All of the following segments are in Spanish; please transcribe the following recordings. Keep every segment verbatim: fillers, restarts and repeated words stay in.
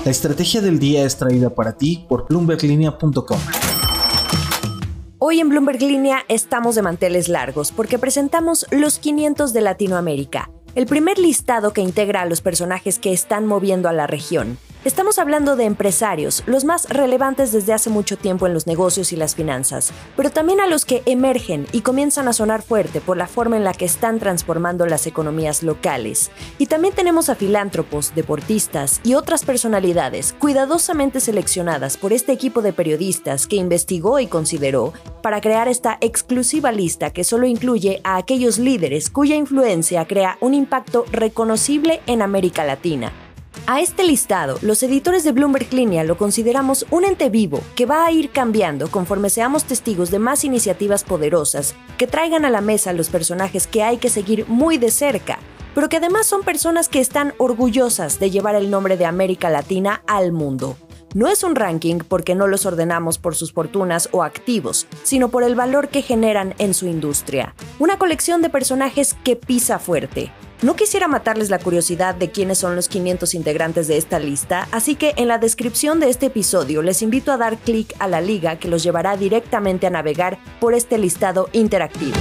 La estrategia del día es traída para ti por Bloomberg Linea punto com. Hoy en Bloomberg Línea estamos de manteles largos porque presentamos los quinientos de Latinoamérica, el primer listado que integra a los personajes que están moviendo a la región. Estamos hablando de empresarios, los más relevantes desde hace mucho tiempo en los negocios y las finanzas, pero también a los que emergen y comienzan a sonar fuerte por la forma en la que están transformando las economías locales. Y también tenemos a filántropos, deportistas y otras personalidades cuidadosamente seleccionadas por este equipo de periodistas que investigó y consideró para crear esta exclusiva lista que solo incluye a aquellos líderes cuya influencia crea un impacto reconocible en América Latina. A este listado, los editores de Bloomberg Línea lo consideramos un ente vivo que va a ir cambiando conforme seamos testigos de más iniciativas poderosas que traigan a la mesa los personajes que hay que seguir muy de cerca, pero que además son personas que están orgullosas de llevar el nombre de América Latina al mundo. No es un ranking porque no los ordenamos por sus fortunas o activos, sino por el valor que generan en su industria. Una colección de personajes que pisa fuerte. No quisiera matarles la curiosidad de quiénes son los quinientos integrantes de esta lista, así que en la descripción de este episodio les invito a dar clic a la liga que los llevará directamente a navegar por este listado interactivo.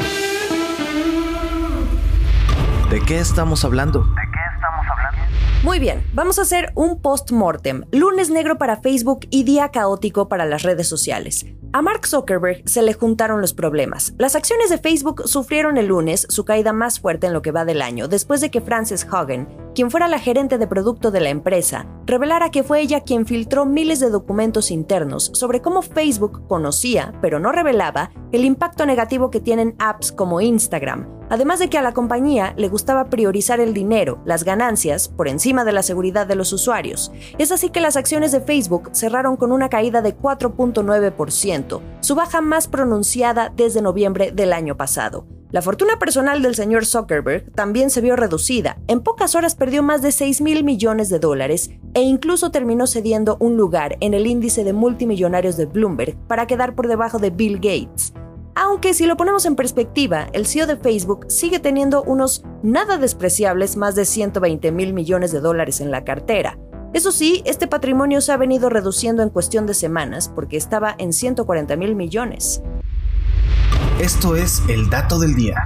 ¿De qué estamos hablando? Muy bien, vamos a hacer un post-mortem, lunes negro para Facebook y día caótico para las redes sociales. A Mark Zuckerberg se le juntaron los problemas. Las acciones de Facebook sufrieron el lunes su caída más fuerte en lo que va del año, después de que Frances Haugen, quien fuera la gerente de producto de la empresa, revelara que fue ella quien filtró miles de documentos internos sobre cómo Facebook conocía, pero no revelaba, el impacto negativo que tienen apps como Instagram, además de que a la compañía le gustaba priorizar el dinero, las ganancias, por encima de la seguridad de los usuarios. Es así que las acciones de Facebook cerraron con una caída de cuatro punto nueve por ciento, su baja más pronunciada desde noviembre del año pasado. La fortuna personal del señor Zuckerberg también se vio reducida. En pocas horas perdió más de seis mil millones de dólares e incluso terminó cediendo un lugar en el índice de multimillonarios de Bloomberg para quedar por debajo de Bill Gates. Aunque si lo ponemos en perspectiva, el C E O de Facebook sigue teniendo unos nada despreciables más de ciento veinte mil millones de dólares en la cartera. Eso sí, este patrimonio se ha venido reduciendo en cuestión de semanas porque estaba en ciento cuarenta mil millones. Esto es el dato del día.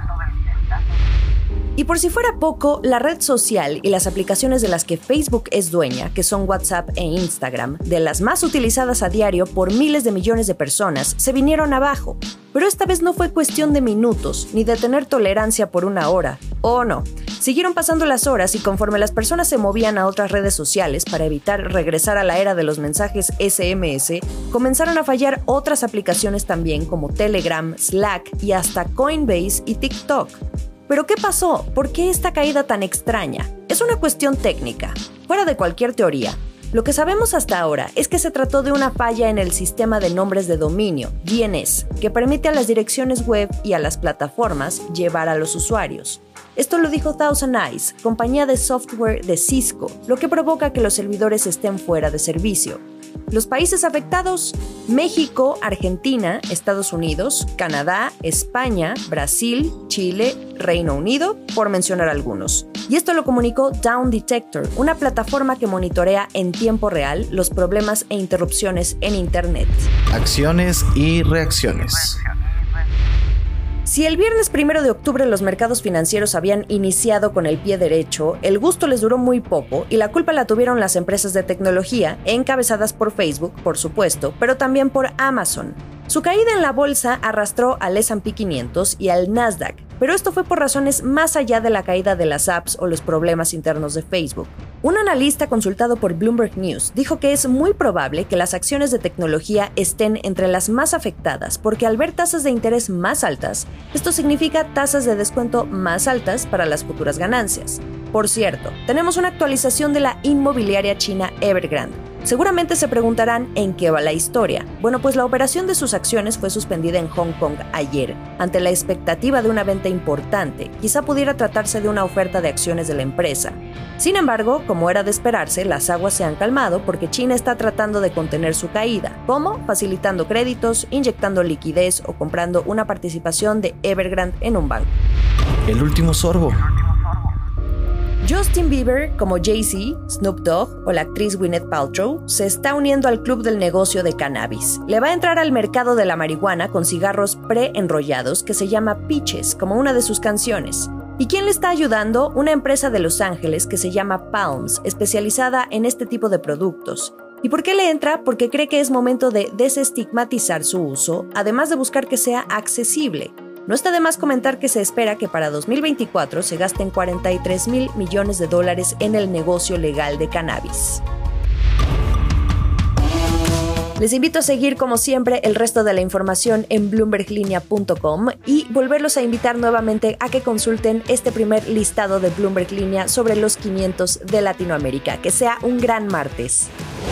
Y por si fuera poco, la red social y las aplicaciones de las que Facebook es dueña, que son WhatsApp e Instagram, de las más utilizadas a diario por miles de millones de personas, se vinieron abajo. Pero esta vez no fue cuestión de minutos, ni de tener tolerancia por una hora. Oh no, siguieron pasando las horas y conforme las personas se movían a otras redes sociales para evitar regresar a la era de los mensajes ese eme ese, comenzaron a fallar otras aplicaciones también como Telegram, Slack y hasta Coinbase y TikTok. ¿Pero qué pasó? ¿Por qué esta caída tan extraña? Es una cuestión técnica, fuera de cualquier teoría. Lo que sabemos hasta ahora es que se trató de una falla en el sistema de nombres de dominio, D N S, que permite a las direcciones web y a las plataformas llevar a los usuarios. Esto lo dijo Thousand Eyes, compañía de software de Cisco, lo que provoca que los servidores estén fuera de servicio. Los países afectados: México, Argentina, Estados Unidos, Canadá, España, Brasil, Chile, Reino Unido, por mencionar algunos. Y esto lo comunicó Down Detector, una plataforma que monitorea en tiempo real los problemas e interrupciones en Internet. Acciones y reacciones. Si el viernes primero de octubre los mercados financieros habían iniciado con el pie derecho, el gusto les duró muy poco y la culpa la tuvieron las empresas de tecnología, encabezadas por Facebook, por supuesto, pero también por Amazon. Su caída en la bolsa arrastró al ese and pe quinientos y al Nasdaq, pero esto fue por razones más allá de la caída de las apps o los problemas internos de Facebook. Un analista consultado por Bloomberg News dijo que es muy probable que las acciones de tecnología estén entre las más afectadas porque al ver tasas de interés más altas, esto significa tasas de descuento más altas para las futuras ganancias. Por cierto, tenemos una actualización de la inmobiliaria china Evergrande. Seguramente se preguntarán en qué va la historia. Bueno, pues la operación de sus acciones fue suspendida en Hong Kong ayer, ante la expectativa de una venta importante. Quizá pudiera tratarse de una oferta de acciones de la empresa. Sin embargo, como era de esperarse, las aguas se han calmado porque China está tratando de contener su caída. ¿Cómo? Facilitando créditos, inyectando liquidez o comprando una participación de Evergrande en un banco. El último sorbo. Justin Bieber, como Jay-Z, Snoop Dogg o la actriz Gwyneth Paltrow, se está uniendo al club del negocio de cannabis. Le va a entrar al mercado de la marihuana con cigarros pre-enrollados que se llama Peaches, como una de sus canciones. ¿Y quién le está ayudando? Una empresa de Los Ángeles que se llama Palms, especializada en este tipo de productos. ¿Y por qué le entra? Porque cree que es momento de desestigmatizar su uso, además de buscar que sea accesible. No está de más comentar que se espera que para dos mil veinticuatro se gasten cuarenta y tres mil millones de dólares en el negocio legal de cannabis. Les invito a seguir, como siempre, el resto de la información en bloomberg linea punto com y volverlos a invitar nuevamente a que consulten este primer listado de Bloomberg Línea sobre los quinientos de Latinoamérica. Que sea un gran martes.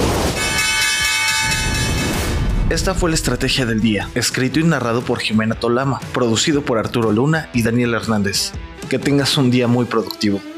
Esta fue la Estrategia del Día, escrito y narrado por Jimena Tolama, producido por Arturo Luna y Daniel Hernández. Que tengas un día muy productivo.